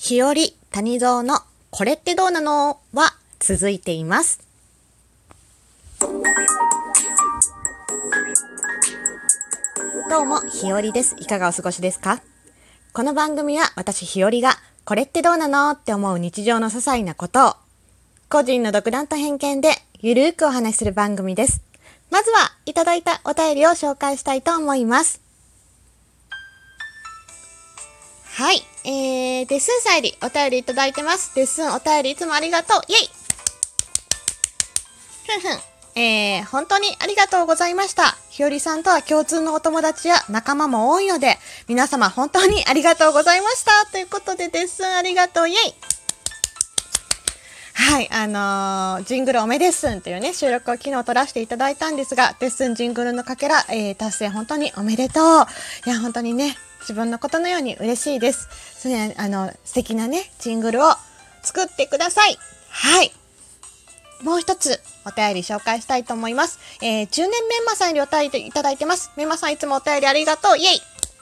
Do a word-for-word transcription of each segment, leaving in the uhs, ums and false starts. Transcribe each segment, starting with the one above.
日和谷蔵のこれってどうなのは続いています。どうも日和です。いかがお過ごしですか？この番組は私日和がこれってどうなのって思う日常の些細なことを個人の独断と偏見でゆるーくお話しする番組です。まずはいただいたお便りを紹介したいと思います。はい、えー、デッスンさんよりお便りいただいてます。デッスンお便りいつもありがとう。イェイふんふん。えー、本当にありがとうございました。ひよりさんとは共通のお友達や仲間も多いので、皆様本当にありがとうございました。ということで、デッスンありがとう。イェイはい、あのー、ジングルおめデッスンというね、収録を昨日撮らせていただいたんですが、デッスンジングルのかけら、えー、達成本当におめでとう。いや、本当にね、自分のことのように嬉しいです。それあの、素敵なね、ジングルを作ってください。はい。もう一つお便り紹介したいと思います。えー、中年メンマさんよりお便りいただいてます。メンマさんいつもお便りありがとう。イェイ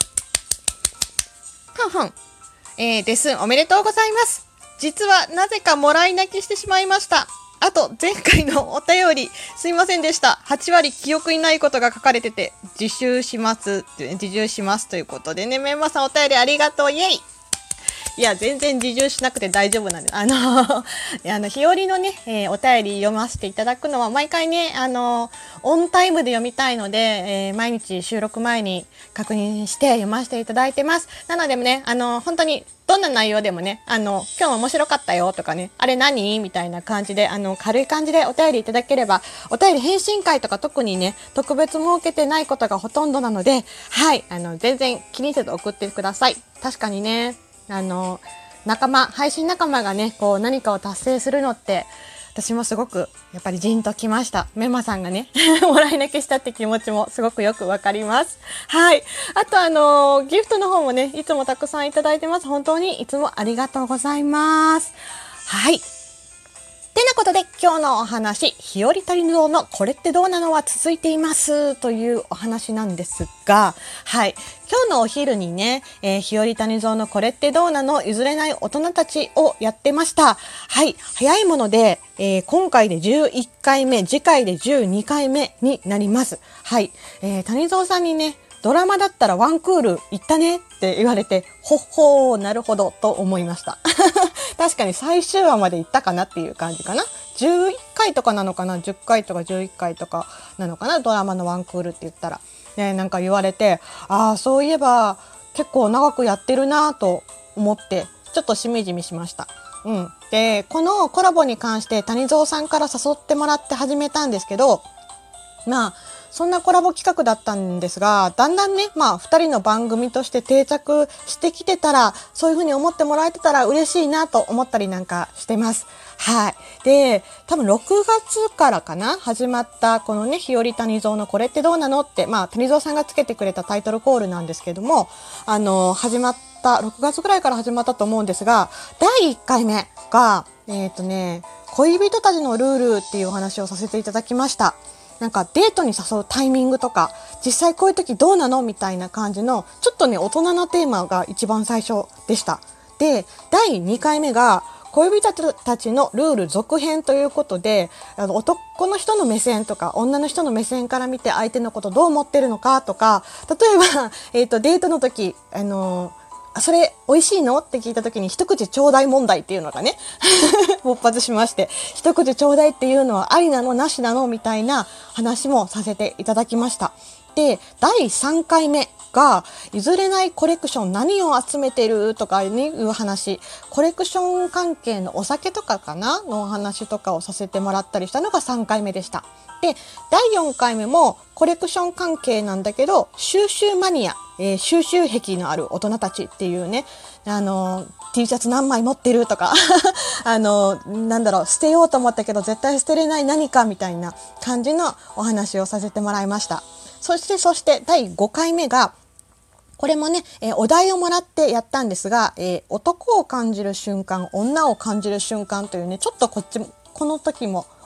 ふんふん。えー、デッスンおめでとうございます。実はなぜかもらい泣きしてしまいました。あと前回のお便りすいませんでした。はちわり記憶にないことが書かれてて自習します自習しますということでね、メンマさんお便りありがとう。イェイいや全然自重しなくて大丈夫なんです。あのあの日和のね、えー、お便り読ませていただくのは毎回ね、あのオンタイムで読みたいので、えー、毎日収録前に確認して読ませていただいてます。なのでもね、あの本当にどんな内容でもね、あの今日も面白かったよとかね、あれ何みたいな感じで、あの軽い感じでお便りいただければ、お便り返信会とか特にね特別設けてないことがほとんどなので、はい、あの全然気にせず送ってください。確かにね、あの仲間配信仲間がねこう何かを達成するのって私もすごくやっぱりジンときました。メンマさんがねもらい泣きしたって気持ちもすごくよくわかります。はい、あとあのギフトの方もねいつもたくさんいただいてます。本当にいつもありがとうございます。はい、てなことで今日のお話、日和谷蔵のこれってどうなのは続いていますというお話なんですが、はい、今日のお昼にね、えー、日和谷蔵のこれってどうなの譲れない大人たちをやってました。はい、早いもので、えー、今回でじゅういっかいめ、次回でじゅうにかいめになります。はい、えー、谷蔵さんにね、ドラマだったらワンクール行ったねって言われて、ほっほーなるほどと思いました。確かに最終話まで行ったかなっていう感じかな。じゅういっかいとかなのかな、じゅっかいとかじゅういっかいとかなのかな、ドラマのワンクールって言ったら。ね、なんか言われて、ああ、そういえば結構長くやってるなと思って、ちょっとしみじみしました。うん。で、このコラボに関して谷蔵さんから誘ってもらって始めたんですけど、まあ、そんなコラボ企画だったんですが、だんだんね、まあ、二人の番組として定着してきてたら、そういうふうに思ってもらえてたら嬉しいなと思ったりなんかしてます。はい。で、多分ろくがつからかな、始まったこのね、日和谷蔵のこれってどうなのって、まあ、谷蔵さんがつけてくれたタイトルコールなんですけども、あの、始まった、ろくがつぐらいから始まったと思うんですが、だいいっかいめが、えっとね、恋人たちのルールっていうお話をさせていただきました。なんかデートに誘うタイミングとか、実際こういう時どうなのみたいな感じの、ちょっとね、大人なテーマが一番最初でした。で、だいにかいめが、恋人たちのルール続編ということで、あの男の人の目線とか女の人の目線から見て相手のことどう思ってるのかとか、例えば、えっと、デートの時、あのーあ、それ美味しいのって聞いた時に一口ちょうだい問題っていうのがね勃発しまして、一口ちょうだいっていうのはありなのなしなのみたいな話もさせていただきました。で、だいさんかいめが譲れないコレクション何を集めてるとかいう話、コレクション関係のお酒とかかなのお話とかをさせてもらったりしたのがさんかいめでした。で、だいよんかいめもコレクション関係なんだけど、収集マニア、えー、収集癖のある大人たちっていうね、あのー、T シャツ何枚持ってるとか、あのー、なんだろう、捨てようと思ったけど絶対捨てれない何かみたいな感じのお話をさせてもらいました。そして、そしてだいごかいめが、これもね、えー、お題をもらってやったんですが、えー、男を感じる瞬間、女を感じる瞬間というね、ちょっとこっちも、この時も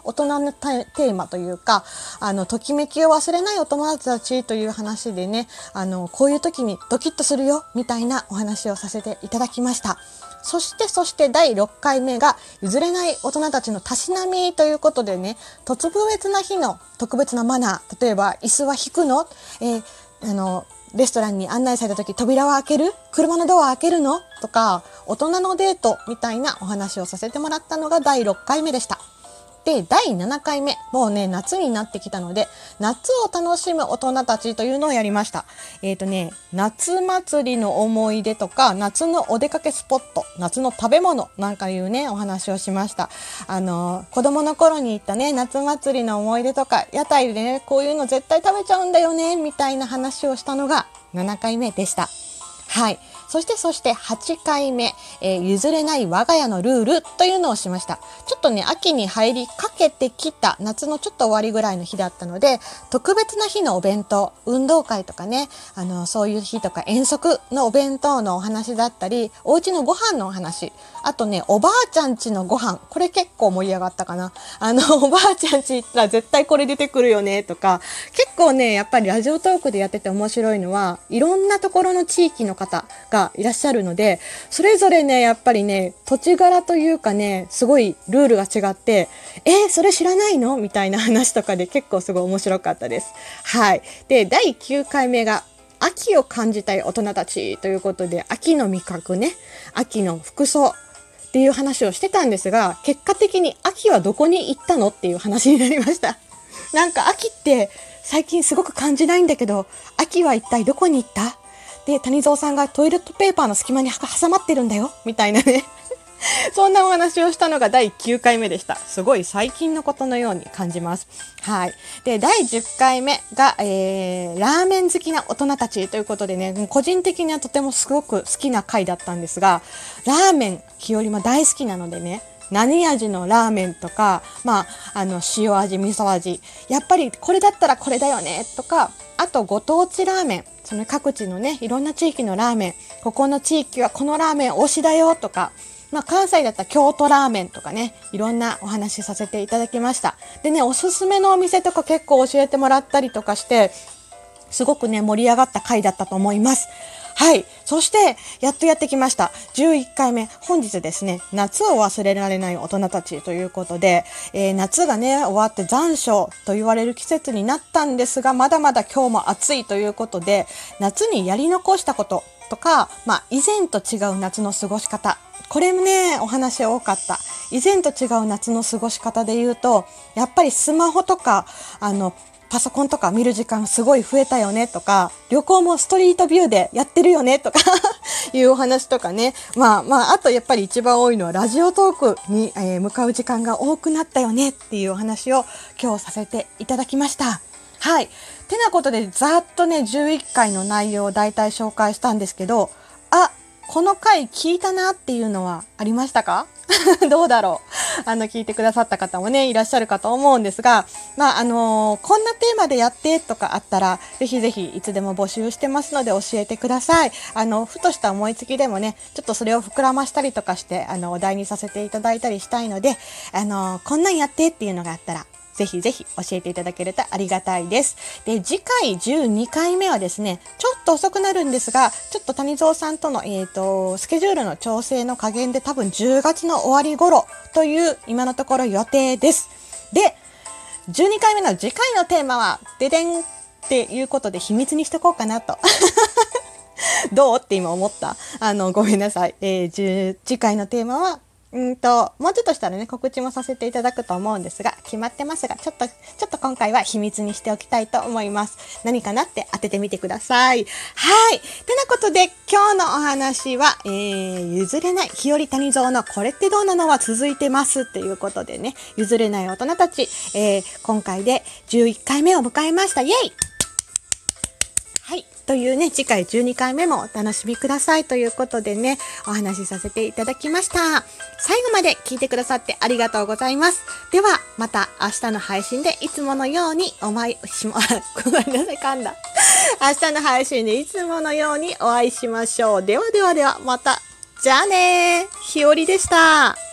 大人のテーマというか、あの、ときめきを忘れない大人たちという話でね、あの、こういう時にドキッとするよ、みたいなお話をさせていただきました。そして、そしてだいろっかいめが譲れない大人たちのたしなみということでね、特別な日の特別なマナー、例えば椅子は引くの、えー、あの、レストランに案内された時扉を開ける？車のドア開けるの？とか、大人のデートみたいなお話をさせてもらったのがだいろっかいめでした。で、だいななかいめ、もうね、夏になってきたので、夏を楽しむ大人たちというのをやりました。えっとね、夏祭りの思い出とか、夏のお出かけスポット、夏の食べ物なんかいうね、お話をしました。あの、子供の頃に行ったね、夏祭りの思い出とか、屋台でね、こういうの絶対食べちゃうんだよね、みたいな話をしたのがななかいめでした。はい。そしてそしてはちかいめ、えー、譲れない我が家のルールというのをしました。ちょっとね、秋に入りかけてきた夏のちょっと終わりぐらいの日だったので、特別な日のお弁当、運動会とかね、あの、そういう日とか遠足のお弁当のお話だったり、お家のご飯のお話、あとね、おばあちゃん家のご飯、これ結構盛り上がったかな。あの、おばあちゃん家行ったら絶対これ出てくるよねとか、結構ね、やっぱりラジオトークでやってて面白いのは、いろんなところの地域の方がいらっしゃるので、それぞれね、やっぱりね、土地柄というかね、すごいルールが違って、えー、それ知らないのみたいな話とかで結構すごい面白かったです。はい。で、だいきゅうかいめが、秋を感じたい大人たちということで、秋の味覚ね、秋の服装っていう話をしてたんですが、結果的に秋はどこに行ったのっていう話になりました。なんか秋って最近すごく感じないんだけど、秋は一体どこに行った？で、谷蔵さんがトイレットペーパーの隙間に挟まってるんだよみたいなね。そんなお話をしたのがだいきゅうかいめでした。すごい最近のことのように感じます。はい。で、だいじゅっかいめが、えー、ラーメン好きな大人たちということでね、個人的にはとてもすごく好きな回だったんですが、ラーメン、日和も大好きなのでね、何味のラーメンとか、まあ、あの、塩味、味噌味、やっぱりこれだったらこれだよね、とか、あとご当地ラーメン、その各地のね、いろんな地域のラーメン、ここの地域はこのラーメン推しだよ、とか、まあ、関西だったら京都ラーメンとかね、いろんなお話させていただきました。でね、おすすめのお店とか結構教えてもらったりとかして、すごくね、盛り上がった回だったと思います。はい。そして、やっとやってきました。じゅういっかいめ。本日ですね、夏を忘れられない大人たちということで、えー、夏がね、終わって残暑と言われる季節になったんですが、まだまだ今日も暑いということで、夏にやり残したこととか、まあ、以前と違う夏の過ごし方。これもね、お話多かった。以前と違う夏の過ごし方で言うと、やっぱりスマホとか、あの、パソコンとか見る時間すごい増えたよねとか、旅行もストリートビューでやってるよねとかいうお話とかね。まあまあ、あとやっぱり一番多いのはラジオトークに、えー、向かう時間が多くなったよねっていうお話を今日させていただきました。はい。てなことでざーっとね、じゅういっかいの内容を大体紹介したんですけど、あ、この回聞いたなっていうのはありましたか？どうだろう。あの、聞いてくださった方もね、いらっしゃるかと思うんですが、まあ、あのー、こんなテーマでやってとかあったら、ぜひぜひいつでも募集してますので教えてください。あの、ふとした思いつきでもね、ちょっとそれを膨らましたりとかして、あの、お題にさせていただいたりしたいので、あのー、こんなんやってっていうのがあったら、ぜひぜひ教えていただけるとありがたいです。で、次回じゅうにかいめはですね、ちょっと遅くなるんですが、ちょっと谷蔵さんとの、えっと、スケジュールの調整の加減で多分じゅうがつの終わり頃という今のところ予定です。で、じゅうにかいめの次回のテーマは、ででんっていうことで秘密にしとこうかなと。どうって今思った。あの、ごめんなさい。えー、次回のテーマは、うんと、もうちょっとしたらね、告知もさせていただくと思うんですが、決まってますが、ちょっと、ちょっと今回は秘密にしておきたいと思います。何かなって当ててみてください。はい。てなことで、今日のお話は、えー、譲れない、日和谷蔵のこれってどうなのは続いてますっていうことでね、譲れない大人たち、えー、今回でじゅういっかいめを迎えました。イェイ！はい。というね、次回じゅうにかいめもお楽しみくださいということでね、お話しさせていただきました。最後まで聞いてくださってありがとうございます。では、また明日の配信でいつものようにお会いしま、ごめんなさい、噛んだ。明日の配信でいつものようにお会いしましょう。ではではでは、また。じゃあねー。ひよりでした。